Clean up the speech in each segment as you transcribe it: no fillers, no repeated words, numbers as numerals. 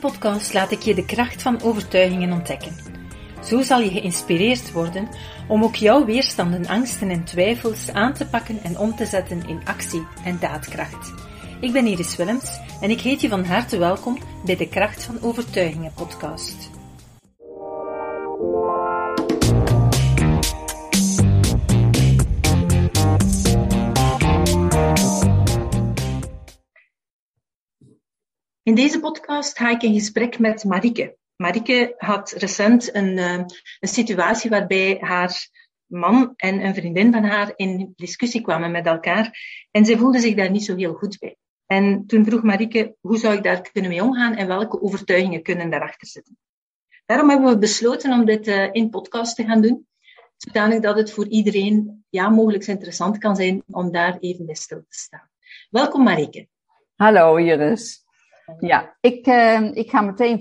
podcast laat ik je de kracht van overtuigingen ontdekken. Zo zal je geïnspireerd worden om ook jouw weerstanden, angsten en twijfels aan te pakken en om te zetten in actie en daadkracht. Ik ben Iris Willems en ik heet je van harte welkom bij de Kracht van Overtuigingen podcast. In deze podcast ga ik in gesprek met Marieke. Marieke had recent een situatie waarbij haar man en een vriendin van haar in discussie kwamen met elkaar. En zij voelde zich daar niet zo heel goed bij. En toen vroeg Marieke, hoe zou ik daar kunnen mee omgaan en welke overtuigingen kunnen daarachter zitten. Daarom hebben we besloten om dit in podcast te gaan doen. Zodanig dat het voor iedereen mogelijk interessant kan zijn om daar even bij stil te staan. Welkom Marieke. Hallo Iris. Ja, ik ga meteen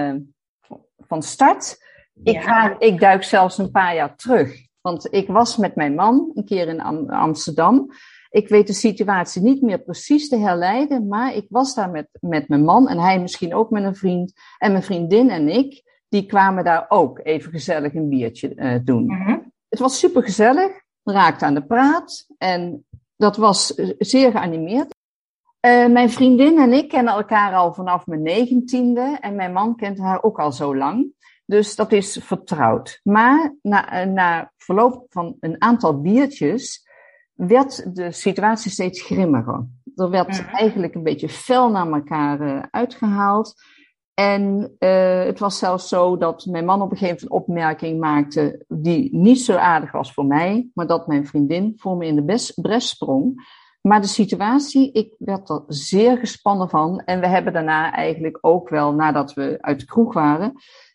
van start. Ik duik zelfs een paar jaar terug. Want ik was met mijn man een keer in Amsterdam. Ik weet de situatie niet meer precies te herleiden. Maar ik was daar met mijn man en hij misschien ook met een vriend. En mijn vriendin en ik, die kwamen daar ook even gezellig een biertje doen. Mm-hmm. Het was super gezellig. We raakten aan de praat. En dat was zeer geanimeerd. Mijn vriendin en ik kennen elkaar al vanaf mijn 19e en mijn man kent haar ook al zo lang. Dus dat is vertrouwd. Maar na verloop van een aantal biertjes werd de situatie steeds grimmiger. Er werd eigenlijk een beetje fel naar elkaar uitgehaald. En het was zelfs zo dat mijn man op een gegeven moment een opmerking maakte die niet zo aardig was voor mij, maar dat mijn vriendin voor me in de bres sprong. Maar de situatie, ik werd er zeer gespannen van. En we hebben daarna eigenlijk ook wel, nadat we uit de kroeg waren,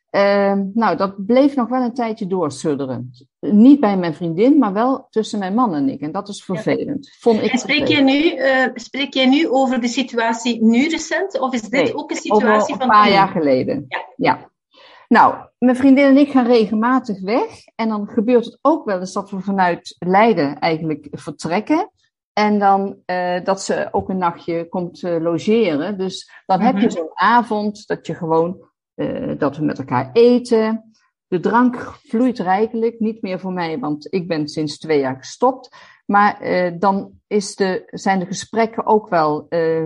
dat bleef nog wel een tijdje doorsudderen. Niet bij mijn vriendin, maar wel tussen mijn man en ik. En dat is vervelend. Vond ik en spreek jij nu over de situatie nu recent? Of is dit ook een situatie van... een paar jaar geleden. Ja. Nou, mijn vriendin en ik gaan regelmatig weg. En dan gebeurt het ook wel eens dat we vanuit Leiden eigenlijk vertrekken. En dan dat ze ook een nachtje komt logeren. Dus dan heb je zo'n avond dat je gewoon, dat we met elkaar eten. De drank vloeit rijkelijk, niet meer voor mij, want ik ben sinds 2 jaar gestopt. Maar dan zijn de gesprekken ook wel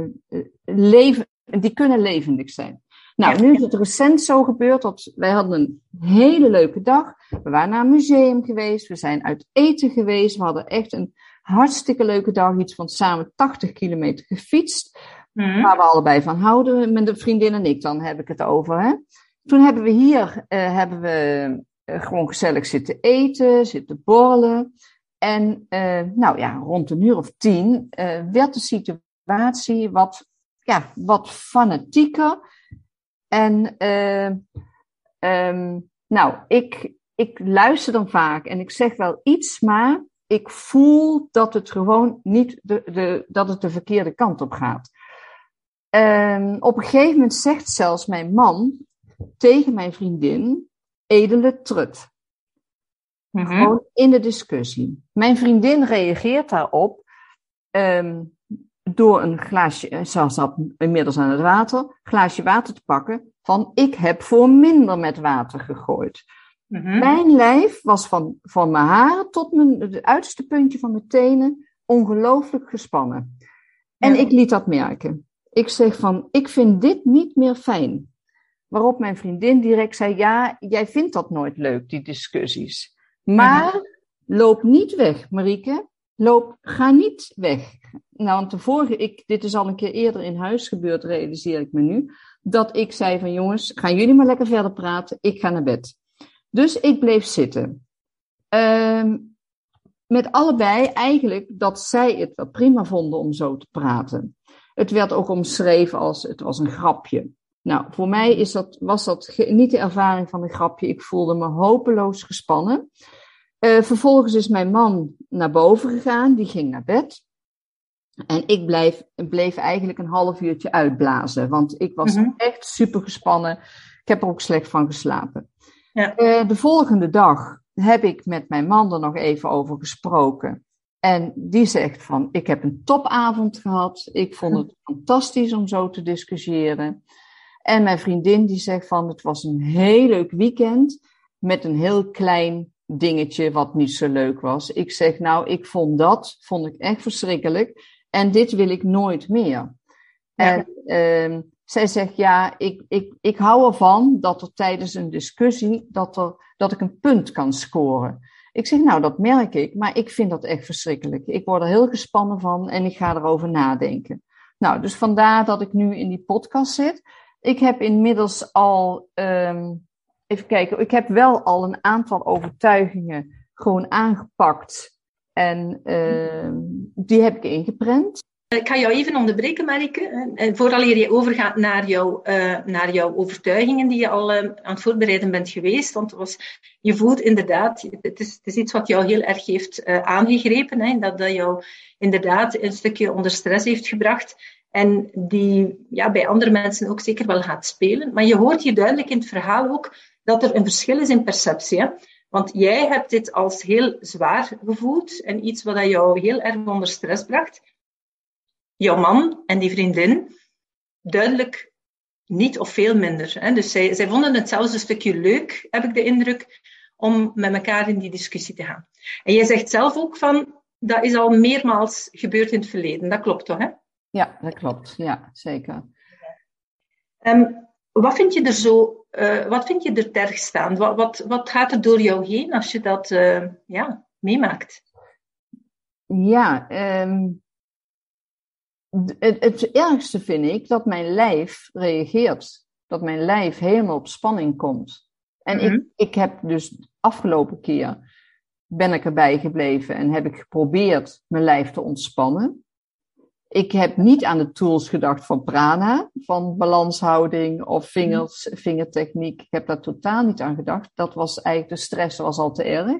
die kunnen levendig zijn. Nou, nu is het recent zo gebeurd dat wij hadden een hele leuke dag. We waren naar een museum geweest, we zijn uit eten geweest, we hadden echt een hartstikke leuke dag, iets van samen 80 kilometer gefietst. Waar we allebei van houden, met de vriendin en ik, dan heb ik het over. Hè. Toen hebben we hier gewoon gezellig zitten eten, zitten borrelen. En rond een uur of 10 werd de situatie wat fanatieker. En ik luister dan vaak en ik zeg wel iets, maar ik voel dat het gewoon niet dat het de verkeerde kant op gaat. Op een gegeven moment zegt zelfs mijn man tegen mijn vriendin, edele trut. Gewoon in de discussie. Mijn vriendin reageert daarop door een glaasje, ze zat inmiddels aan het water, glaasje water te pakken van ik heb voor minder met water gegooid. Mijn lijf was van mijn haren tot het uiterste puntje van mijn tenen ongelooflijk gespannen. En ik liet dat merken. Ik zeg van, ik vind dit niet meer fijn. Waarop mijn vriendin direct zei, ja, jij vindt dat nooit leuk, die discussies. Maar loop niet weg, Marieke. Ga niet weg. Nou, want dit is al een keer eerder in huis gebeurd, realiseer ik me nu. Dat ik zei van, jongens, gaan jullie maar lekker verder praten. Ik ga naar bed. Dus ik bleef zitten. Met allebei eigenlijk dat zij het wel prima vonden om zo te praten. Het werd ook omschreven als het was een grapje. Nou, voor mij was dat niet de ervaring van een grapje. Ik voelde me hopeloos gespannen. Vervolgens is mijn man naar boven gegaan. Die ging naar bed. En ik bleef eigenlijk een half uurtje uitblazen. Want ik was echt super gespannen. Ik heb er ook slecht van geslapen. Ja. De volgende dag heb ik met mijn man er nog even over gesproken. En die zegt van, ik heb een topavond gehad. Ik vond het fantastisch om zo te discussiëren. En mijn vriendin die zegt van, het was een heel leuk weekend met een heel klein dingetje wat niet zo leuk was. Ik zeg, nou, ik vond ik echt verschrikkelijk. En dit wil ik nooit meer. Ja. En zij zegt, ja, ik hou ervan dat er tijdens een discussie, dat ik een punt kan scoren. Ik zeg, nou, dat merk ik, maar ik vind dat echt verschrikkelijk. Ik word er heel gespannen van en ik ga erover nadenken. Nou, dus vandaar dat ik nu in die podcast zit. Ik heb inmiddels al, even kijken, ik heb wel al een aantal overtuigingen gewoon aangepakt. En die heb ik ingeprent. Ik ga jou even onderbreken, Marieke. Vooraleer je overgaat naar jouw overtuigingen die je al aan het voorbereiden bent geweest. Want je voelt inderdaad, het is iets wat jou heel erg heeft aangegrepen. Hè, dat jou inderdaad een stukje onder stress heeft gebracht. En die bij andere mensen ook zeker wel gaat spelen. Maar je hoort hier duidelijk in het verhaal ook dat er een verschil is in perceptie. Hè? Want jij hebt dit als heel zwaar gevoeld en iets wat jou heel erg onder stress bracht. Jouw man en die vriendin duidelijk niet of veel minder. Hè? Dus zij vonden het zelfs een stukje leuk, heb ik de indruk, om met elkaar in die discussie te gaan. En jij zegt zelf ook van, dat is al meermaals gebeurd in het verleden. Dat klopt toch, hè? Ja, dat klopt. Ja, zeker. Wat vind je er terg staan? Wat gaat er door jou heen als je dat meemaakt? Ja, het ergste vind ik dat mijn lijf reageert. Dat mijn lijf helemaal op spanning komt. En ik heb dus afgelopen keer ben ik erbij gebleven en heb ik geprobeerd mijn lijf te ontspannen. Ik heb niet aan de tools gedacht van prana, van balanshouding of vingertechniek. Ik heb daar totaal niet aan gedacht. Dat was eigenlijk, de stress was al te erg.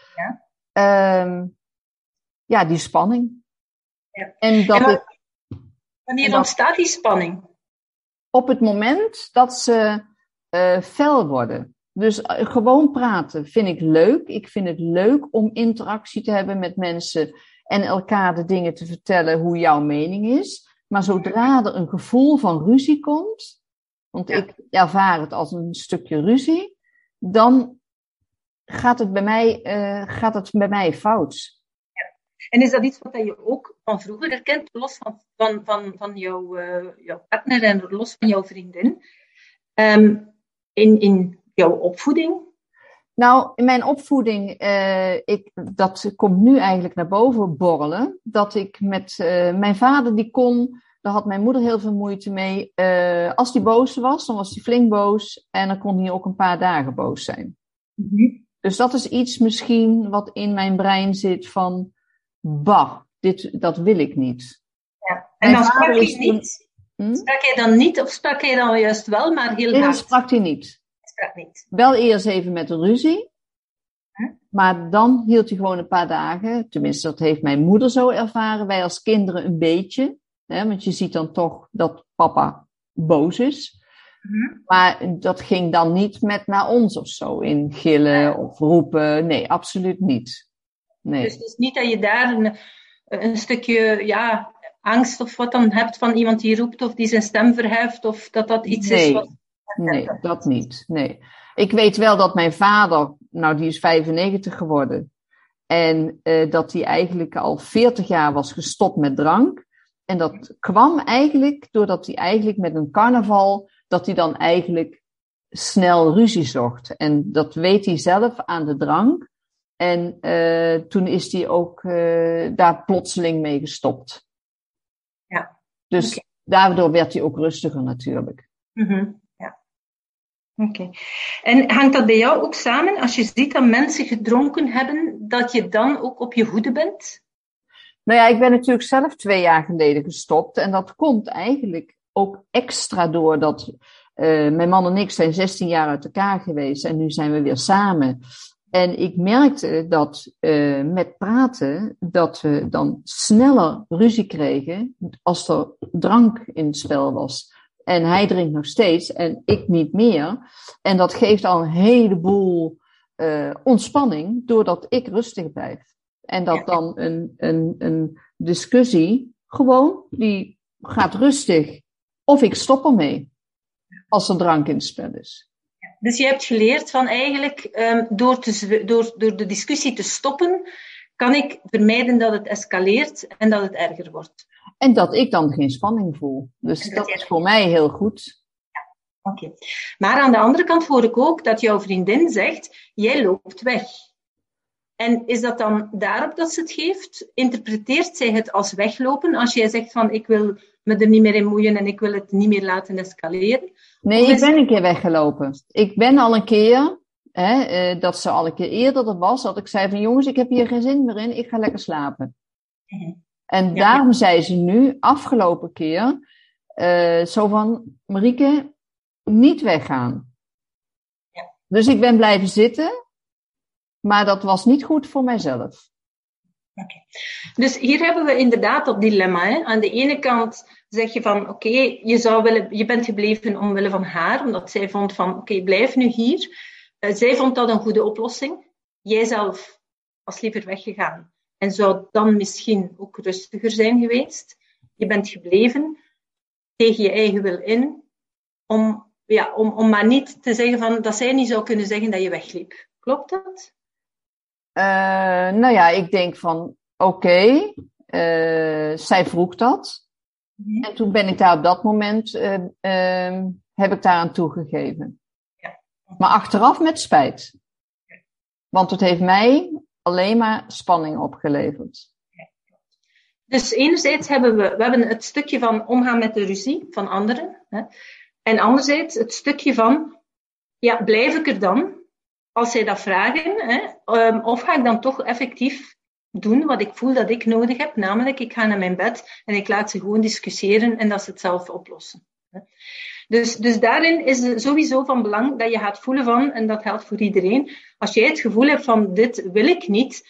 Ja, die spanning. Ja. En wanneer ontstaat die spanning? Op het moment dat ze fel worden. Dus gewoon praten vind ik leuk. Ik vind het leuk om interactie te hebben met mensen en elkaar de dingen te vertellen hoe jouw mening is. Maar zodra er een gevoel van ruzie komt, want ik ervaar het als een stukje ruzie, dan gaat het bij mij fout. Ja. En is dat iets wat je ook van vroeger herkent, los van jouw partner en los van jouw vriendin? In jouw opvoeding? Nou, in mijn opvoeding, dat komt nu eigenlijk naar boven borrelen. Dat ik met mijn vader, daar had mijn moeder heel veel moeite mee. Als die boos was, dan was hij flink boos. En dan kon hij ook een paar dagen boos zijn. Mm-hmm. Dus dat is iets misschien wat in mijn brein zit van, dat wil ik niet. Ja. En dan sprak je niet? Sprak je dan niet of sprak je dan juist wel, maar heel hard? Dan sprak hij niet. Niet. Wel eerst even met een ruzie. Maar dan hield hij gewoon een paar dagen. Tenminste, dat heeft mijn moeder zo ervaren. Wij als kinderen een beetje. Hè, want je ziet dan toch dat papa boos is. Maar dat ging dan niet met naar ons of zo. In gillen of roepen. Nee, absoluut niet. Nee. Dus het is niet dat je daar een stukje angst of wat dan hebt van iemand die roept of die zijn stem verheft. Of dat iets is wat... Nee, dat niet. Nee. Ik weet wel dat mijn vader, die is 95 geworden. En dat hij eigenlijk al 40 jaar was gestopt met drank. En dat kwam eigenlijk doordat hij eigenlijk met een carnaval, dat hij dan eigenlijk snel ruzie zocht. En dat weet hij zelf aan de drank. En toen is hij ook daar plotseling mee gestopt. Ja. Dus daardoor werd hij ook rustiger natuurlijk. Mm-hmm. Oké. En hangt dat bij jou ook samen, als je ziet dat mensen gedronken hebben, dat je dan ook op je hoede bent? Nou ja, ik ben natuurlijk zelf 2 jaar geleden gestopt. En dat komt eigenlijk ook extra doordat mijn man en ik zijn 16 jaar uit elkaar geweest. En nu zijn we weer samen. En ik merkte dat met praten, dat we dan sneller ruzie kregen als er drank in het spel was. En hij drinkt nog steeds en ik niet meer. En dat geeft al een heleboel ontspanning, doordat ik rustig blijf. En dat dan een discussie gewoon, die gaat rustig. Of ik stop ermee. als er drank in het spel is. Dus je hebt geleerd van eigenlijk, door de discussie te stoppen, kan ik vermijden dat het escaleert en dat het erger wordt. En dat ik dan geen spanning voel. Dus dat is voor mij heel goed. Oké. Maar aan de andere kant hoor ik ook dat jouw vriendin zegt, jij loopt weg. En is dat dan daarop dat ze het geeft? Interpreteert zij het als weglopen? Als jij zegt van, ik wil me er niet meer in moeien en ik wil het niet meer laten escaleren? Nee, ik ben een keer weggelopen. Ik ben al een keer, dat ze al een keer eerder er was, dat ik zei van, jongens, ik heb hier geen zin meer in, ik ga lekker slapen. En daarom zei ze nu, afgelopen keer, zo van, Marieke, niet weggaan. Ja. Dus ik ben blijven zitten, maar dat was niet goed voor mijzelf. Okay. Dus hier hebben we inderdaad dat dilemma. Hè? Aan de ene kant zeg je van, oké, je bent gebleven omwille van haar, omdat zij vond van, oké, blijf nu hier. Zij vond dat een goede oplossing. Jij zelf was liever weggegaan en zou dan misschien ook rustiger zijn geweest. Je bent gebleven tegen je eigen wil in, om maar niet te zeggen van, dat zij niet zou kunnen zeggen dat je wegliep. Klopt dat? Nou ja, ik denk van, oké, zij vroeg dat. Mm-hmm. En toen ben ik daar op dat moment, heb ik daar aan toegegeven. Ja. Maar achteraf met spijt. Want het heeft mij alleen maar spanning opgeleverd. Dus enerzijds hebben we hebben het stukje van omgaan met de ruzie van anderen. Hè? En anderzijds het stukje van, ja, blijf ik er dan? Als zij dat vragen, of ga ik dan toch effectief doen wat ik voel dat ik nodig heb, namelijk ik ga naar mijn bed en ik laat ze gewoon discussiëren en dat ze het zelf oplossen. Dus daarin is het sowieso van belang dat je gaat voelen van, en dat geldt voor iedereen, als jij het gevoel hebt van dit wil ik niet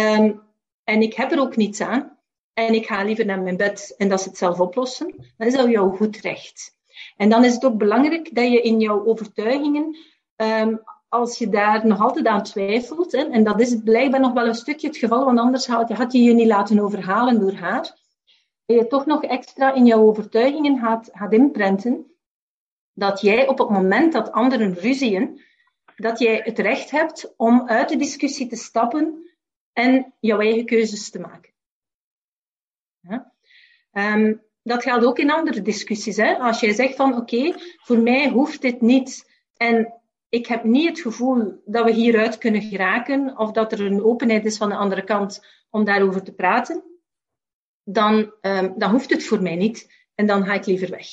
en ik heb er ook niets aan en ik ga liever naar mijn bed en dat ze het zelf oplossen, dan is dat jouw goed recht. En dan is het ook belangrijk dat je in jouw overtuigingen als je daar nog altijd aan twijfelt, en dat is blijkbaar nog wel een stukje het geval, want anders had je je niet laten overhalen door haar, dat je toch nog extra in jouw overtuigingen gaat inprenten, dat jij op het moment dat anderen ruzien, dat jij het recht hebt om uit de discussie te stappen en jouw eigen keuzes te maken. Ja? Dat geldt ook in andere discussies. Hè? Als jij zegt van, oké, voor mij hoeft dit niet en ik heb niet het gevoel dat we hieruit kunnen geraken of dat er een openheid is van de andere kant om daarover te praten, dan hoeft het voor mij niet en dan ga ik liever weg.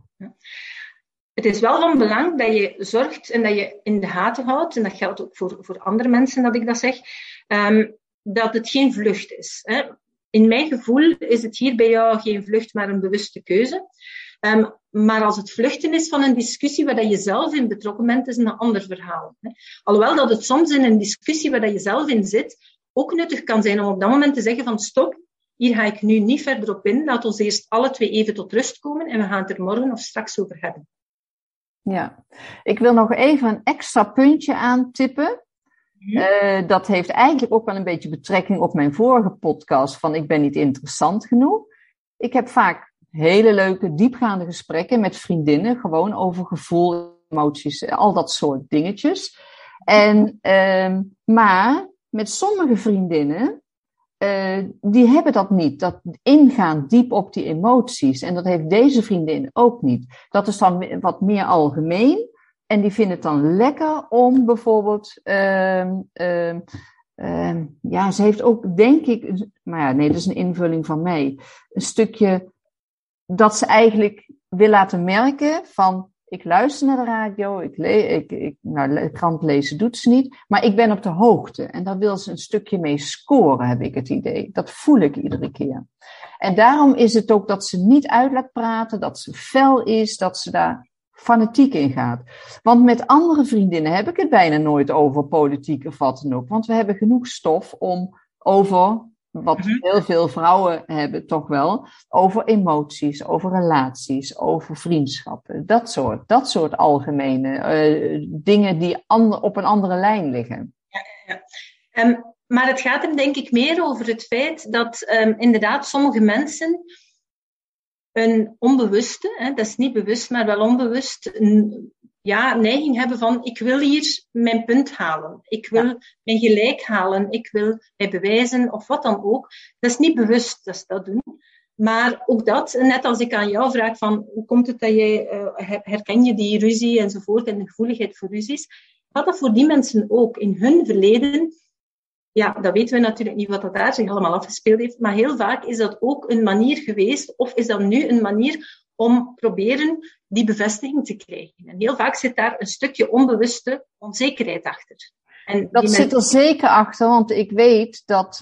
Het is wel van belang dat je zorgt en dat je in de gaten houdt, en dat geldt ook voor andere mensen dat ik dat zeg, dat het geen vlucht is. Hè. In mijn gevoel is het hier bij jou geen vlucht, maar een bewuste keuze. Maar als het vluchten is van een discussie waar je zelf in betrokken bent, is een ander verhaal. Hè. Alhoewel dat het soms in een discussie waar je zelf in zit, ook nuttig kan zijn om op dat moment te zeggen van stop, hier ga ik nu niet verder op in, laat ons eerst alle twee even tot rust komen en we gaan het er morgen of straks over hebben. Ja, ik wil nog even een extra puntje aantippen. Dat heeft eigenlijk ook wel een beetje betrekking op mijn vorige podcast van ik ben niet interessant genoeg. Ik heb vaak hele leuke, diepgaande gesprekken met vriendinnen, gewoon over gevoel, emoties, al dat soort dingetjes. Maar met sommige vriendinnen, die hebben dat niet, dat ingaan diep op die emoties. En dat heeft deze vriendin ook niet. Dat is dan wat meer algemeen. En die vinden het dan lekker om bijvoorbeeld, ja, ze heeft ook, denk ik, maar ja, nee, dat is een invulling van mij. Een stukje dat ze eigenlijk wil laten merken van, ik luister naar de radio, de krant lezen doet ze niet, maar ik ben op de hoogte. En daar wil ze een stukje mee scoren, heb ik het idee. Dat voel ik iedere keer. En daarom is het ook dat ze niet uit laat praten, dat ze fel is, dat ze daar fanatiek in gaat. Want met andere vriendinnen heb ik het bijna nooit over politiek of wat dan ook. Want we hebben genoeg stof om over, wat heel veel vrouwen hebben toch wel, over emoties, over relaties, over vriendschappen. Dat soort algemene dingen die op een andere lijn liggen. Ja. Maar het gaat er denk ik meer over het feit dat inderdaad sommige mensen een onbewuste, dat is niet bewust, maar wel onbewust, neiging hebben van, ik wil hier mijn punt halen. Ik wil mijn gelijk halen. Ik wil mij bewijzen, of wat dan ook. Dat is niet bewust dat ze dat doen. Maar ook dat, net als ik aan jou vraag van, hoe komt het dat jij, herken je die ruzie enzovoort, en de gevoeligheid voor ruzies, gaat dat voor die mensen ook in hun verleden. Ja, dat weten we natuurlijk niet wat dat daar zich allemaal afgespeeld heeft, maar heel vaak is dat ook een manier geweest, of is dat nu een manier om proberen die bevestiging te krijgen. En heel vaak zit daar een stukje onbewuste onzekerheid achter. En dat zit er zeker achter, want ik weet dat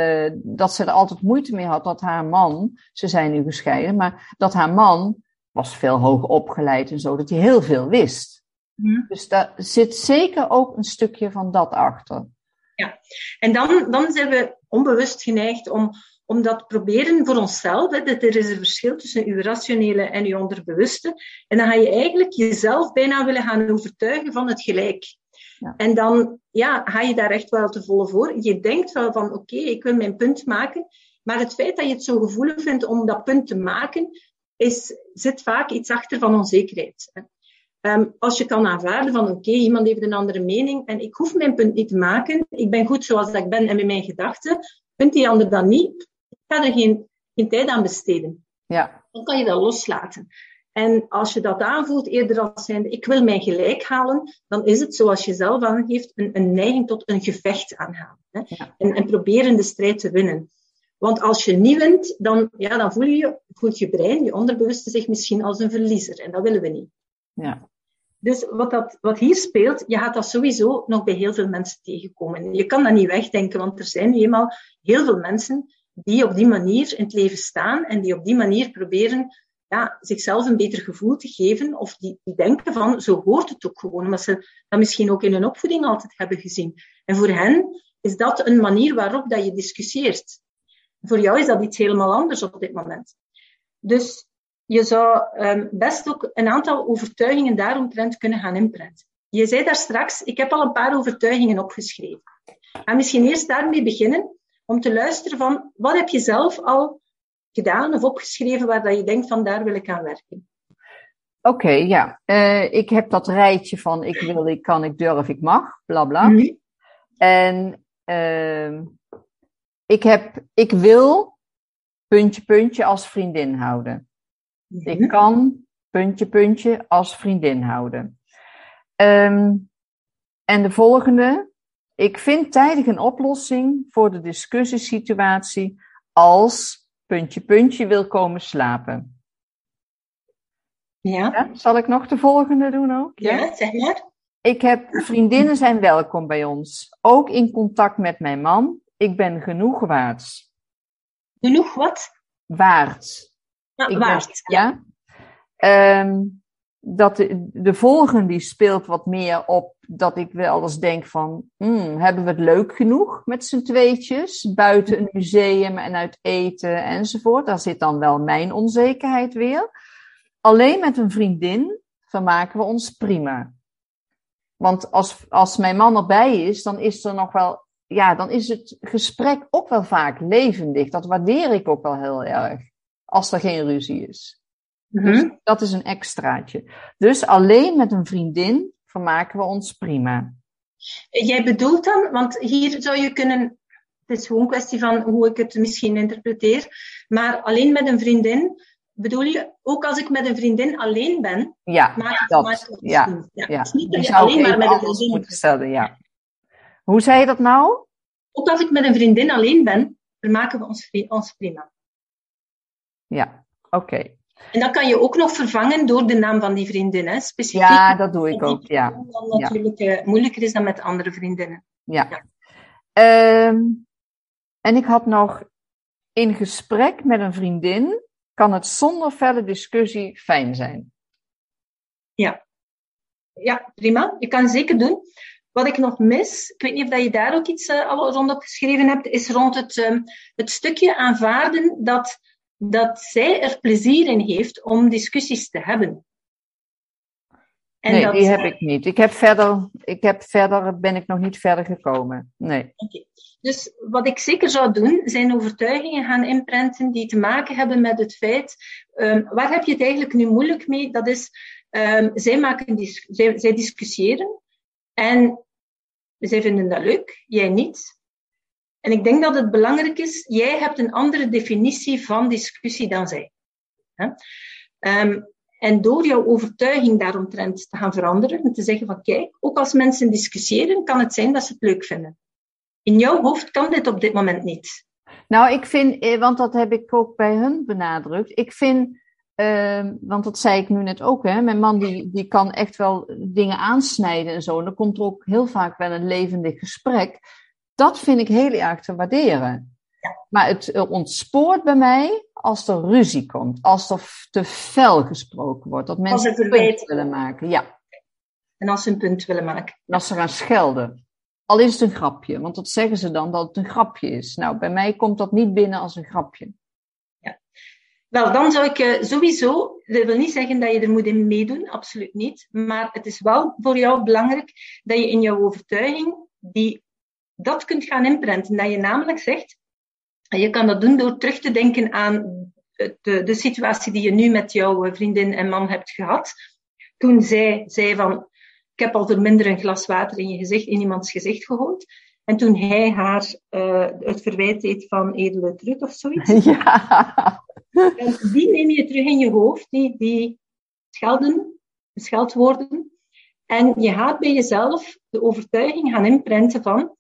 ze er altijd moeite mee had dat haar man, ze zijn nu gescheiden, maar dat haar man was veel hoger opgeleid en zo, dat hij heel veel wist. Dus daar zit zeker ook een stukje van dat achter. Ja, en dan zijn we onbewust geneigd om dat proberen voor onszelf. Dat er is een verschil tussen uw rationele en uw onderbewuste. En dan ga je eigenlijk jezelf bijna willen gaan overtuigen van het gelijk. Ja. En dan ga je daar echt wel te volle voor. Je denkt wel van, oké, ik wil mijn punt maken. Maar het feit dat je het zo gevoelig vindt om dat punt te maken, zit vaak iets achter van onzekerheid. Als je kan aanvaarden van, oké, iemand heeft een andere mening en ik hoef mijn punt niet te maken. Ik ben goed zoals ik ben en met mijn gedachten. Vindt die ander dat niet? Ik ga er geen tijd aan besteden. Ja. Dan kan je dat loslaten. En als je dat aanvoelt, eerder als zijnde, ik wil mijn gelijk halen, dan is het, zoals je zelf aangeeft, een neiging tot een gevecht aangaan. Hè? Ja. En proberen de strijd te winnen. Want als je niet wint, dan voelt je brein, je onderbewuste zich misschien als een verliezer. En dat willen we niet. Ja. Dus wat hier speelt, je gaat dat sowieso nog bij heel veel mensen tegenkomen. Je kan dat niet wegdenken, want er zijn nu eenmaal heel veel mensen die op die manier in het leven staan en die op die manier proberen zichzelf een beter gevoel te geven, of die denken van, zo hoort het ook gewoon, omdat ze dat misschien ook in hun opvoeding altijd hebben gezien. En voor hen is dat een manier waarop dat je discussieert. Voor jou is dat iets helemaal anders op dit moment. Dus je zou best ook een aantal overtuigingen daaromtrent kunnen gaan inprenten. Je zei daar straks, ik heb al een paar overtuigingen opgeschreven. En misschien eerst daarmee beginnen, om te luisteren van, wat heb je zelf al gedaan of opgeschreven waar dat je denkt van, daar wil ik aan werken? Oké, ja. Ik heb dat rijtje van, ik wil, ik kan, ik durf, ik mag, bla bla. Mm-hmm. En ik wil, puntje, puntje, als vriendin houden. Mm-hmm. Ik kan, puntje, puntje, als vriendin houden. En de volgende. Ik vind tijdig een oplossing voor de discussiesituatie als, puntje, puntje, wil komen slapen. Ja. Zal ik nog de volgende doen ook? Ja, zeg maar. Vriendinnen zijn welkom bij ons. Ook in contact met mijn man. Ik ben genoeg waard. Genoeg wat? Waard. Waard. Ja. Dat de volgende die speelt wat meer op dat ik wel eens denk van, hebben we het leuk genoeg met z'n tweetjes, buiten een museum en uit eten enzovoort. Daar zit dan wel mijn onzekerheid weer. Alleen met een vriendin vermaken we ons prima. Want als mijn man erbij is, dan is er nog wel, dan is het gesprek ook wel vaak levendig. Dat waardeer ik ook wel heel erg, als er geen ruzie is. Dus dat is een extraatje. Dus alleen met een vriendin vermaken we ons prima. Jij bedoelt dan, want hier zou je kunnen, het is gewoon een kwestie van hoe ik het misschien interpreteer, maar alleen met een vriendin, bedoel je, ook als ik met een vriendin alleen ben? Ja, dat. Het is niet dat je alleen maar met een vriendin moet stellen, ja. Hoe zei je dat nou? Ook als ik met een vriendin alleen ben, vermaken we ons prima. Ja, oké. En dat kan je ook nog vervangen door de naam van die vriendin, hè? Specifiek. Ja, dat doe ik ook, ja. Dat natuurlijk moeilijker is dan met andere vriendinnen. Ja. En ik had nog, in gesprek met een vriendin kan het zonder felle discussie fijn zijn. Ja, prima. Je kan het zeker doen. Wat ik nog mis, ik weet niet of je daar ook iets al rondop geschreven hebt, is rond het stukje aanvaarden dat zij er plezier in heeft om discussies te hebben. En nee, die heb ik niet. Ben ik nog niet verder gekomen. Nee. Okay. Dus wat ik zeker zou doen, zijn overtuigingen gaan inprenten die te maken hebben met het feit, waar heb je het eigenlijk nu moeilijk mee? Dat is, zij discussiëren en zij vinden dat leuk, jij niet. En ik denk dat het belangrijk is, jij hebt een andere definitie van discussie dan zij. En door jouw overtuiging daaromtrent te gaan veranderen en te zeggen van kijk, ook als mensen discussiëren, kan het zijn dat ze het leuk vinden. In jouw hoofd kan dit op dit moment niet. Nou, ik vind, want dat heb ik ook bij hun benadrukt. Ik vind, want dat zei ik nu net ook, hè, mijn man die kan echt wel dingen aansnijden en zo. En dan komt er ook heel vaak wel een levendig gesprek. Dat vind ik heel erg te waarderen. Ja. Maar het ontspoort bij mij als er ruzie komt. Als er te fel gesproken wordt. Dat mensen een punt willen maken. Ja. En als ze een punt willen maken. En als ze gaan schelden. Al is het een grapje. Want dat zeggen ze dan dat het een grapje is. Nou, bij mij komt dat niet binnen als een grapje. Ja. Wel, dan zou ik sowieso... Dat wil niet zeggen dat je er moet in meedoen. Absoluut niet. Maar het is wel voor jou belangrijk dat je in jouw overtuiging dat kunt gaan inprenten. Dat je namelijk zegt... En je kan dat doen door terug te denken aan de situatie die je nu met jouw vriendin en man hebt gehad. Toen zij zei van, ik heb al voor minder een glas water in iemands gezicht gegooid. En toen hij haar het verwijt deed van edele trut of zoiets. Ja. En die neem je terug in je hoofd, die scheldwoorden. En je gaat bij jezelf de overtuiging gaan inprenten van,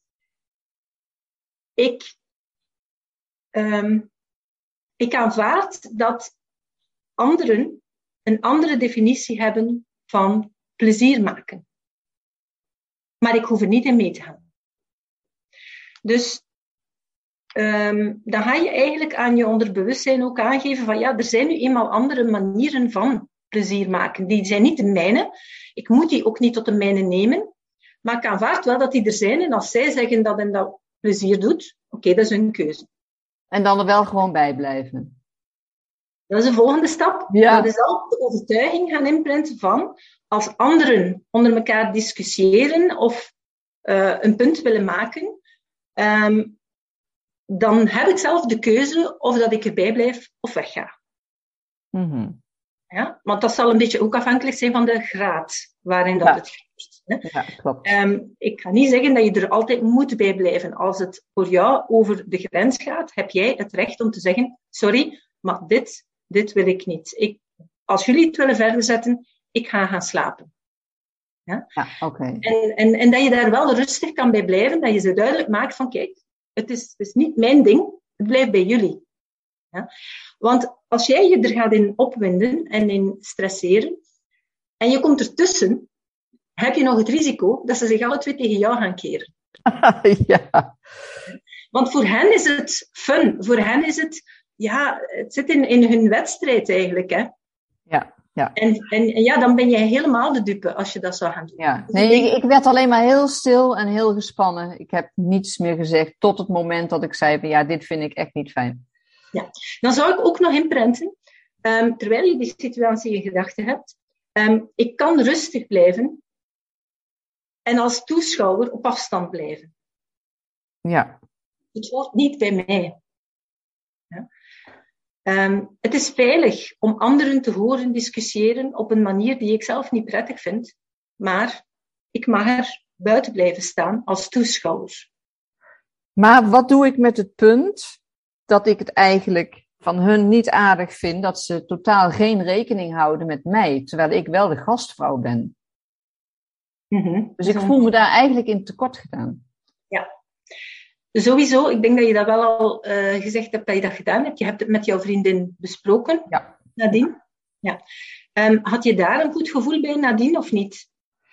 ik aanvaard dat anderen een andere definitie hebben van plezier maken. Maar ik hoef er niet in mee te gaan. Dus dan ga je eigenlijk aan je onderbewustzijn ook aangeven van ja, er zijn nu eenmaal andere manieren van plezier maken. Die zijn niet de mijne. Ik moet die ook niet tot de mijne nemen. Maar ik aanvaard wel dat die er zijn. En als zij zeggen dat hen dat plezier doet, oké, dat is hun keuze. En dan er wel gewoon bij blijven. Dat is de volgende stap. Ja. Dat is al de overtuiging gaan inprenten van, als anderen onder elkaar discussiëren of een punt willen maken, dan heb ik zelf de keuze of dat ik erbij blijf of wegga. Mm-hmm. Ja? Want dat zal een beetje ook afhankelijk zijn van de graad waarin dat het gebeurt. Hè? Ja, klopt. Ik ga niet zeggen dat je er altijd moet bij blijven. Als het voor jou over de grens gaat, heb jij het recht om te zeggen, sorry, maar dit wil ik niet. Als jullie het willen verder zetten, ik ga gaan slapen. Ja? Ja, okay. En dat je daar wel rustig kan bij blijven, dat je ze duidelijk maakt van, kijk, het is niet mijn ding, het blijft bij jullie. Ja? Want als jij je er gaat in opwinden en in stresseren, en je komt ertussen, heb je nog het risico dat ze zich alle twee tegen jou gaan keren. Ja. Want voor hen is het fun. Voor hen is het, ja, het zit in hun wedstrijd eigenlijk. Hè? Ja. Ja. En ja, dan ben je helemaal de dupe als je dat zou gaan doen. Ja. Nee, ik werd alleen maar heel stil en heel gespannen. Ik heb niets meer gezegd tot het moment dat ik zei van ja, dit vind ik echt niet fijn. Ja, dan zou ik ook nog inprenten, terwijl je die situatie in gedachten hebt, ik kan rustig blijven en als toeschouwer op afstand blijven. Ja. Het hoort niet bij mij. Ja. Het is veilig om anderen te horen discussiëren op een manier die ik zelf niet prettig vind, maar ik mag er buiten blijven staan als toeschouwer. Maar wat doe ik met het punt dat ik het eigenlijk van hun niet aardig vind dat ze totaal geen rekening houden met mij, terwijl ik wel de gastvrouw ben? Mm-hmm. Dus ik voel me daar eigenlijk in tekort gedaan. Ja. Sowieso, ik denk dat je dat wel al gezegd hebt dat je dat gedaan hebt. Je hebt het met jouw vriendin besproken, ja. Nadine. Ja. Had je daar een goed gevoel bij, Nadine, of niet?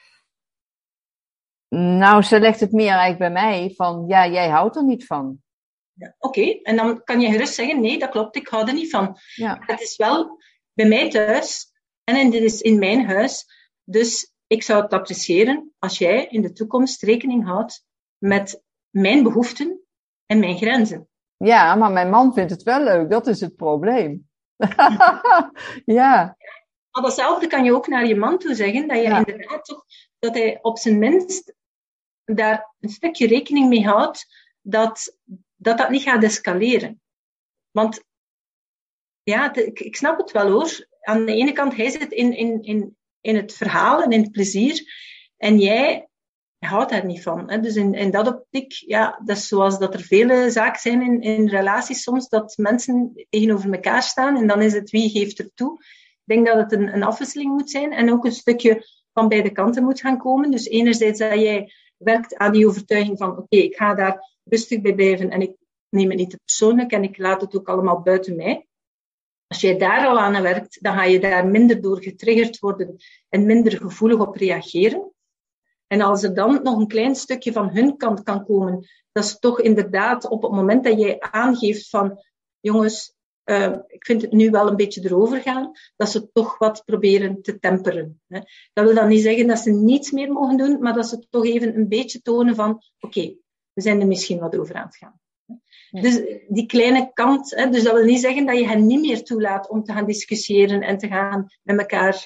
Nou, ze legt het meer eigenlijk bij mij van, ja, jij houdt er niet van. Ja, Oké, en dan kan je gerust zeggen, nee, dat klopt, ik hou er niet van. Ja. Het is wel bij mij thuis en dit is in mijn huis. Dus ik zou het appreciëren als jij in de toekomst rekening houdt met mijn behoeften en mijn grenzen. Ja, maar mijn man vindt het wel leuk. Dat is het probleem. Ja. Maar datzelfde kan je ook naar je man toe zeggen, dat je inderdaad toch, dat hij op zijn minst daar een stukje rekening mee houdt dat niet gaat escaleren. Want ja, ik snap het wel hoor. Aan de ene kant, hij zit in het verhaal en in het plezier. En jij houdt daar niet van. Hè? Dus in dat optiek, ja, dat is zoals dat er vele zaken zijn in relaties soms, dat mensen tegenover elkaar staan en dan is het wie geeft er toe. Ik denk dat het een afwisseling moet zijn en ook een stukje van beide kanten moet gaan komen. Dus enerzijds dat jij werkt aan die overtuiging van oké, ik ga daar rustig bij blijven en ik neem het niet te persoonlijk en ik laat het ook allemaal buiten mij. Als jij daar al aan werkt, dan ga je daar minder door getriggerd worden en minder gevoelig op reageren. En als er dan nog een klein stukje van hun kant kan komen, dat is toch inderdaad op het moment dat jij aangeeft van, jongens, ik vind het nu wel een beetje erover gaan, dat ze toch wat proberen te temperen. Hè. Dat wil dan niet zeggen dat ze niets meer mogen doen, maar dat ze toch even een beetje tonen van, oké, we zijn er misschien wat over aan het gaan. Dus die kleine kant, hè, dus dat wil niet zeggen dat je hen niet meer toelaat om te gaan discussiëren en te gaan met elkaar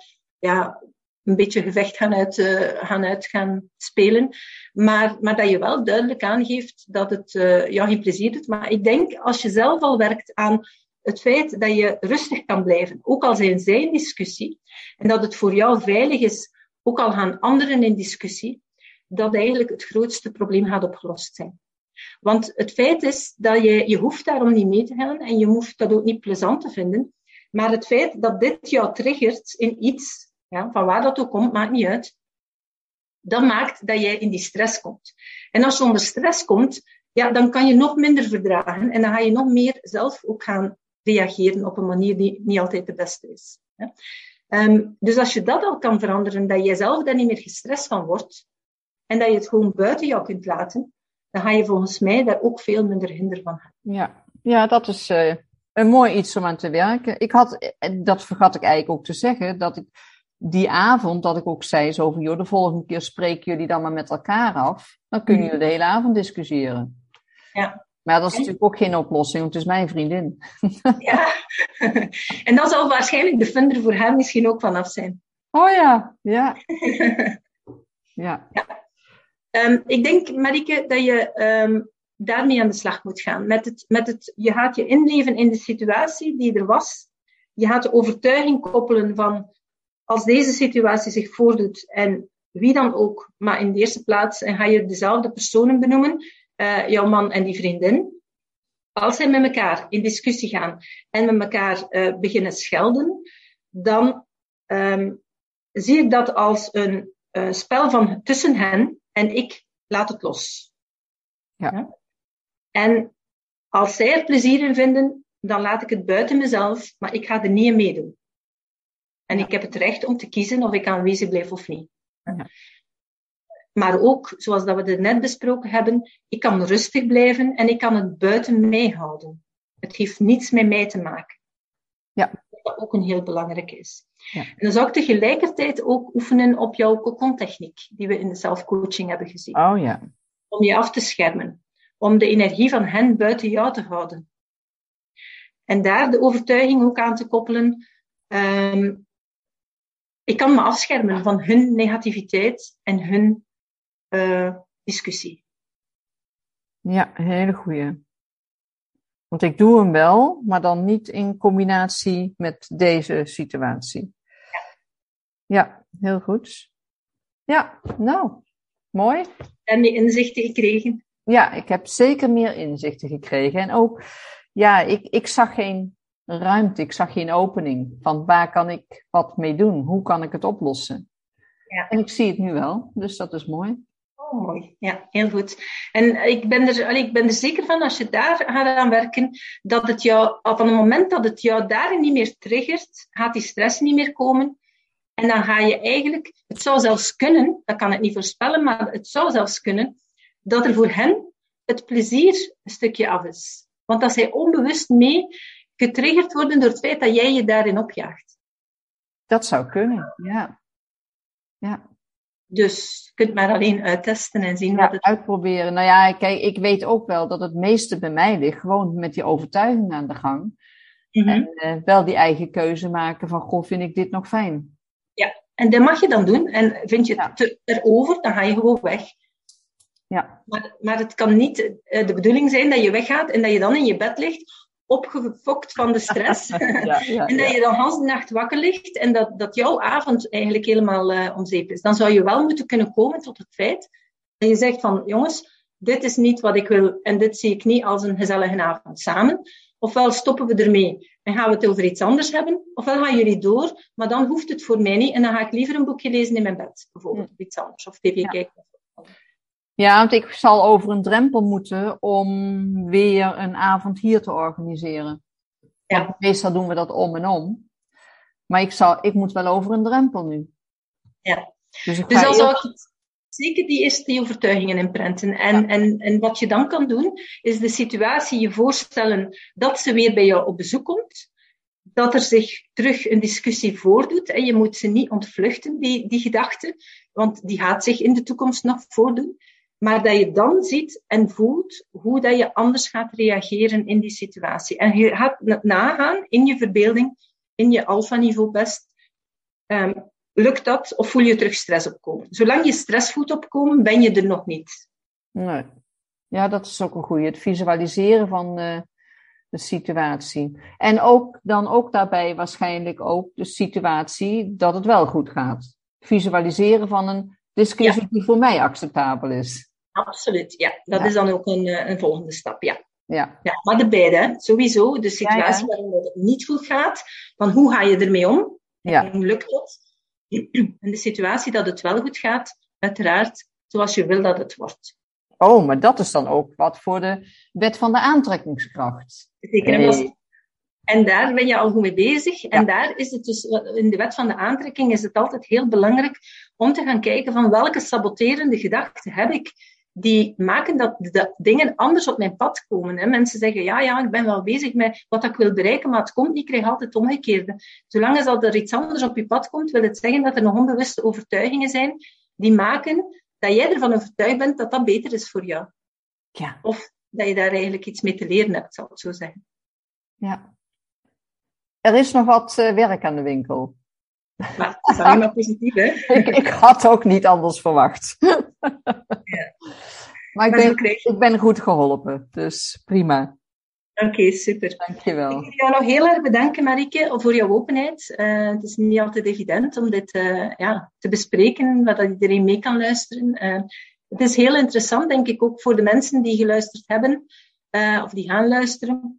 een beetje gevecht gaan spelen. Maar dat je wel duidelijk aangeeft dat het jou geen plezier doet. Maar ik denk, als je zelf al werkt aan het feit dat je rustig kan blijven, ook al zijn zij in discussie, en dat het voor jou veilig is, ook al gaan anderen in discussie, dat eigenlijk het grootste probleem gaat opgelost zijn. Want het feit is dat je hoeft daarom niet mee te gaan en je hoeft dat ook niet plezant te vinden. Maar het feit dat dit jou triggert in iets, ja, van waar dat ook komt, maakt niet uit, dat maakt dat jij in die stress komt. En als je onder stress komt, ja, dan kan je nog minder verdragen en dan ga je nog meer zelf ook gaan reageren op een manier die niet altijd de beste is. Dus als je dat al kan veranderen, dat jij zelf daar niet meer gestrest van wordt en dat je het gewoon buiten jou kunt laten, dan ga je volgens mij daar ook veel minder hinder van hebben. Ja, dat is een mooi iets om aan te werken. Dat vergat ik eigenlijk ook te zeggen, dat ik die avond, dat ik ook zei zo van, joh, de volgende keer spreken jullie dan maar met elkaar af. Dan kunnen jullie de hele avond discussiëren. Ja. Maar dat is natuurlijk ook geen oplossing, want het is mijn vriendin. Ja, en dan zal waarschijnlijk de funder voor haar misschien ook vanaf zijn. Oh ja. Ja. Ik denk, Marieke, dat je daarmee aan de slag moet gaan. Je gaat je inleven in de situatie die er was. Je gaat de overtuiging koppelen van, als deze situatie zich voordoet, en wie dan ook, maar in de eerste plaats, en ga je dezelfde personen benoemen, jouw man en die vriendin. Als zij met elkaar in discussie gaan en met elkaar beginnen schelden, dan zie ik dat als een spel van tussen hen en ik laat het los. Ja. En als zij er plezier in vinden, dan laat ik het buiten mezelf, maar ik ga er niet in meedoen. En ik heb het recht om te kiezen of ik aanwezig blijf of niet. Ja. Maar ook, zoals dat we het net besproken hebben, ik kan rustig blijven en ik kan het buiten mij houden. Het heeft niets met mij te maken. Ja. Dat ook een heel belangrijk is. Ja. En dan zou ik tegelijkertijd ook oefenen op jouw kokontechniek, die we in de zelfcoaching hebben gezien. Oh ja. Om je af te schermen. Om de energie van hen buiten jou te houden. En daar de overtuiging ook aan te koppelen. Ik kan me afschermen van hun negativiteit en hun discussie. Ja, een hele goeie. Want ik doe hem wel, maar dan niet in combinatie met deze situatie. Ja, heel goed. Ja, nou, mooi. En die inzichten gekregen. Ja, ik heb zeker meer inzichten gekregen. En ook, ja, ik zag geen ruimte, ik zag geen opening. Van waar kan ik wat mee doen? Hoe kan ik het oplossen? Ja. En ik zie het nu wel, dus dat is mooi. Oh, mooi. Ja, heel goed. En ik ben er zeker van, als je daar gaat aan werken, dat het jou, van het moment dat het jou daarin niet meer triggert, gaat die stress niet meer komen. En dan ga je eigenlijk, het zou zelfs kunnen, dat kan ik niet voorspellen, maar het zou zelfs kunnen, dat er voor hen het plezier een stukje af is. Want dat zij onbewust mee getriggerd worden door het feit dat jij je daarin opjaagt. Dat zou kunnen, ja. Ja. Dus je kunt maar alleen uittesten en zien wat het... uitproberen. Nou ja, kijk, ik weet ook wel dat het meeste bij mij ligt. Gewoon met die overtuiging aan de gang. Mhm. En wel die eigen keuze maken van, goh, vind ik dit nog fijn? Ja, en dat mag je dan doen. En vind je het erover, dan ga je gewoon weg. Ja. Maar het kan niet de bedoeling zijn dat je weggaat en dat je dan in je bed ligt, opgefokt van de stress. En dat je dan de hele nacht wakker ligt en dat jouw avond eigenlijk helemaal om zeep is. Dan zou je wel moeten kunnen komen tot het feit dat je zegt van, jongens, dit is niet wat ik wil en dit zie ik niet als een gezellige avond samen. Ofwel stoppen we ermee en gaan we het over iets anders hebben, ofwel gaan jullie door, maar dan hoeft het voor mij niet en dan ga ik liever een boekje lezen in mijn bed, bijvoorbeeld, of iets anders, of tv kijken. Ja, want ik zal over een drempel moeten om weer een avond hier te organiseren. Want meestal doen we dat om en om. Maar ik moet wel over een drempel nu. Ja. Dus dan zou ik zeker die eerste overtuigingen inprenten. En wat je dan kan doen, is de situatie je voorstellen dat ze weer bij jou op bezoek komt. Dat er zich terug een discussie voordoet. En je moet ze niet ontvluchten, die gedachte. Want die gaat zich in de toekomst nog voordoen. Maar dat je dan ziet en voelt hoe dat je anders gaat reageren in die situatie. En je gaat nagaan in je verbeelding, in je alfa-niveau best. Lukt dat of voel je terug stress opkomen? Zolang je stress voelt opkomen, ben je er nog niet. Nee. Ja, dat is ook een goeie. Het visualiseren van de situatie. En ook daarbij waarschijnlijk ook de situatie dat het wel goed gaat. Visualiseren van een discussie die voor mij acceptabel is. Absoluut, ja. Dat is dan ook een volgende stap, ja. Ja. Maar de beide, sowieso. De situatie waarin het niet goed gaat, van hoe ga je ermee om? En hoe lukt dat? En de situatie dat het wel goed gaat, uiteraard zoals je wil dat het wordt. Oh, maar dat is dan ook wat voor de wet van de aantrekkingskracht. Zeker. En daar ben je al goed mee bezig. En daar is het dus, in de wet van de aantrekking is het altijd heel belangrijk om te gaan kijken van welke saboterende gedachten heb ik die maken dat de dingen anders op mijn pad komen. Hè. Mensen zeggen, ja, ik ben wel bezig met wat ik wil bereiken, maar het komt niet, ik krijg altijd het omgekeerde. Zolang als er iets anders op je pad komt, wil het zeggen dat er nog onbewuste overtuigingen zijn die maken dat jij ervan overtuigd bent dat dat beter is voor jou. Ja. Of dat je daar eigenlijk iets mee te leren hebt, zal ik zo zeggen. Ja. Er is nog wat werk aan de winkel. Maar het is alleen maar positief, hè? Ik had ook niet anders verwacht. Ja. Maar ik ben goed geholpen, dus prima. Oké, super. Dankjewel. Ik wil jou nog heel erg bedanken, Marieke, voor jouw openheid. Het is niet altijd evident om dit te bespreken, waar iedereen mee kan luisteren. Het is heel interessant, denk ik, ook voor de mensen die geluisterd hebben, of die gaan luisteren,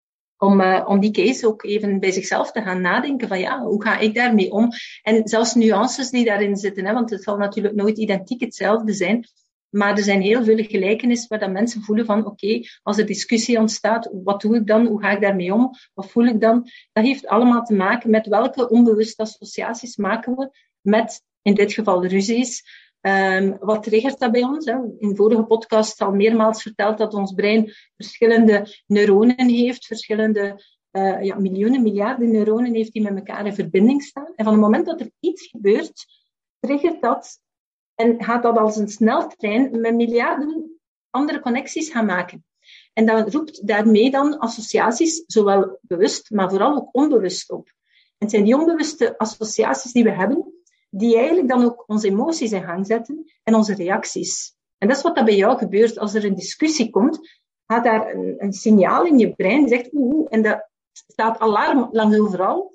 om die case ook even bij zichzelf te gaan nadenken van hoe ga ik daarmee om? En zelfs nuances die daarin zitten, hè, want het zal natuurlijk nooit identiek hetzelfde zijn. Maar er zijn heel veel gelijkenissen waar dat mensen voelen van oké, als er discussie ontstaat, wat doe ik dan? Hoe ga ik daarmee om? Wat voel ik dan? Dat heeft allemaal te maken met welke onbewuste associaties maken we met, in dit geval, de ruzies. Wat triggert dat bij ons? Hè? In de vorige podcast al meermaals verteld dat ons brein verschillende neuronen heeft, verschillende miljoenen, miljarden neuronen heeft die met elkaar in verbinding staan. En van het moment dat er iets gebeurt, triggert dat en gaat dat als een sneltrein met miljarden andere connecties gaan maken. En dat roept daarmee dan associaties, zowel bewust, maar vooral ook onbewust op. En het zijn die onbewuste associaties die we hebben, die eigenlijk dan ook onze emoties in gang zetten en onze reacties. En dat is wat dat bij jou gebeurt. Als er een discussie komt, gaat daar een signaal in je brein die zegt en dat staat alarm langs overal.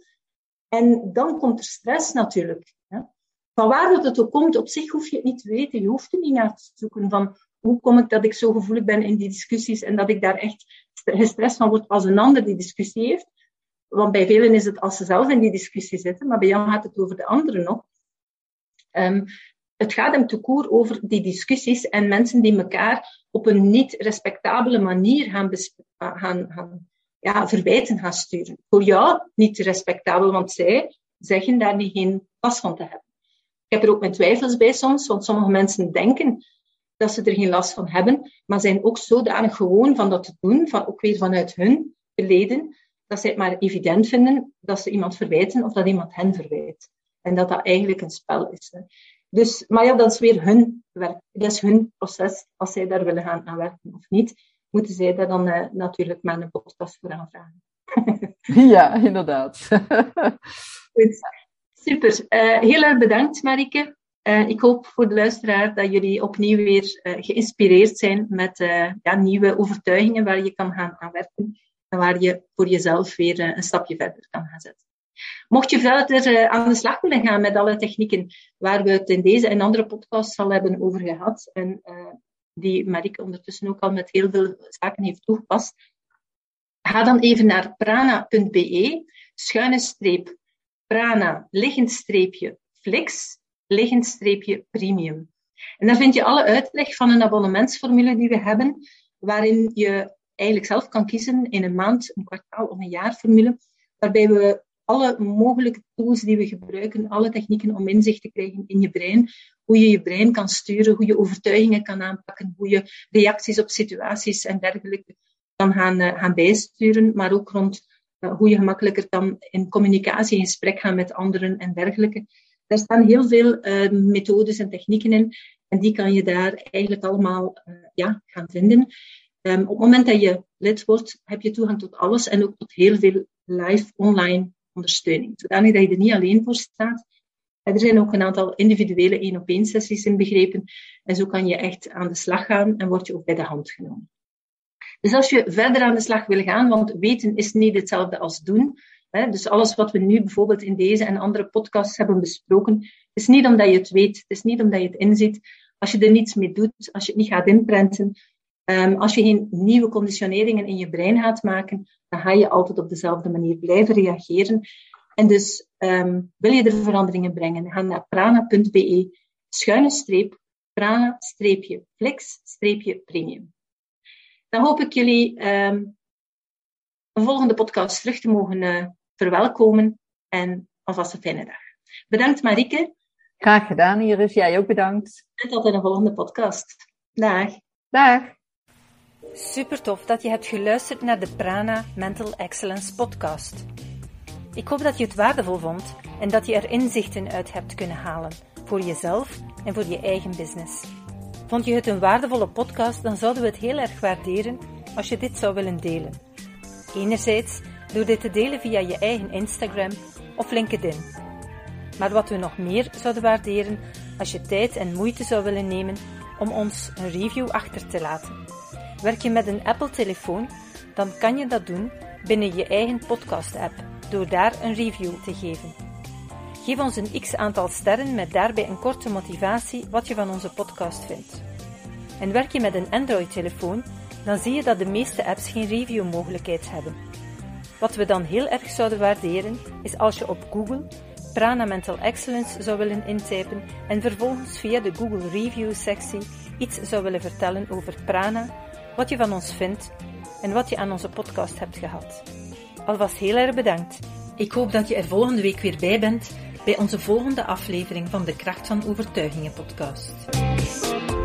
En dan komt er stress natuurlijk. Van waar dat het ook komt, op zich hoef je het niet te weten. Je hoeft er niet naar te zoeken van hoe kom ik dat ik zo gevoelig ben in die discussies en dat ik daar echt gestrest van word als een ander die discussie heeft. Want bij velen is het als ze zelf in die discussie zitten, maar bij jou gaat het over de anderen nog. Het gaat hem te koer over die discussies en mensen die elkaar op een niet respectabele manier gaan verwijten gaan sturen. Voor jou niet respectabel, want zij zeggen daar niet geen last van te hebben. Ik heb er ook mijn twijfels bij soms, want sommige mensen denken dat ze er geen last van hebben, maar zijn ook zodanig gewoon van dat te doen, ook weer vanuit hun verleden, dat zij het maar evident vinden dat ze iemand verwijten of dat iemand hen verwijt. En dat dat eigenlijk een spel is. Hè. Dus, maar ja, dat is weer hun werk. Dat is hun proces. Als zij daar willen gaan aan werken of niet, moeten zij daar dan natuurlijk maar een podcast voor aanvragen. Ja, inderdaad. Goed. Super. Heel erg bedankt, Marieke. Ik hoop voor de luisteraar dat jullie opnieuw weer geïnspireerd zijn met nieuwe overtuigingen waar je kan gaan werken en waar je voor jezelf weer een stapje verder kan gaan zetten. Mocht je verder aan de slag willen gaan met alle technieken waar we het in deze en andere podcasts al hebben over gehad en die Marieke ondertussen ook al met heel veel zaken heeft toegepast, ga dan even naar prana.be, /prana, _flex, _premium. En daar vind je alle uitleg van een abonnementsformule die we hebben, waarin je eigenlijk zelf kan kiezen in een maand, een kwartaal of een jaarformule, waarbij we alle mogelijke tools die we gebruiken, alle technieken om inzicht te krijgen in je brein, hoe je je brein kan sturen, hoe je overtuigingen kan aanpakken, hoe je reacties op situaties en dergelijke kan gaan bijsturen, maar ook rond hoe je gemakkelijker kan in communicatie, in gesprek gaan met anderen en dergelijke. Daar staan heel veel methodes en technieken in en die kan je daar eigenlijk allemaal gaan vinden. Op het moment dat je lid wordt, heb je toegang tot alles en ook tot heel veel live online ondersteuning. Zodanig dat je er niet alleen voor staat. Er zijn ook een aantal individuele 1-op-1 sessies in begrepen. En zo kan je echt aan de slag gaan en word je ook bij de hand genomen. Dus als je verder aan de slag wil gaan, want weten is niet hetzelfde als doen. Dus alles wat we nu bijvoorbeeld in deze en andere podcasts hebben besproken, is niet omdat je het weet, het is niet omdat je het inziet. Als je er niets mee doet, als je het niet gaat inprenten, als je geen nieuwe conditioneringen in je brein gaat maken, dan ga je altijd op dezelfde manier blijven reageren. En dus wil je er veranderingen brengen, ga naar prana.be, /prana-flex-premium. Dan hoop ik jullie een volgende podcast terug te mogen verwelkomen en alvast een fijne dag. Bedankt Marieke. Graag gedaan, Iris. Jij ook bedankt. En tot in een volgende podcast. Dag. Dag. Super tof dat je hebt geluisterd naar de Prana Mental Excellence podcast. Ik hoop dat je het waardevol vond en dat je er inzichten uit hebt kunnen halen voor jezelf en voor je eigen business. Vond je het een waardevolle podcast, dan zouden we het heel erg waarderen als je dit zou willen delen. Enerzijds door dit te delen via je eigen Instagram of LinkedIn. Maar wat we nog meer zouden waarderen, als je tijd en moeite zou willen nemen om ons een review achter te laten. Werk je met een Apple-telefoon, dan kan je dat doen binnen je eigen podcast-app, door daar een review te geven. Geef ons een x-aantal sterren met daarbij een korte motivatie wat je van onze podcast vindt. En werk je met een Android-telefoon, dan zie je dat de meeste apps geen review-mogelijkheid hebben. Wat we dan heel erg zouden waarderen, is als je op Google Prana Mental Excellence zou willen intypen en vervolgens via de Google Review-sectie iets zou willen vertellen over Prana, wat je van ons vindt en wat je aan onze podcast hebt gehad. Alvast heel erg bedankt. Ik hoop dat je er volgende week weer bij bent bij onze volgende aflevering van de Kracht van Overtuigingen podcast.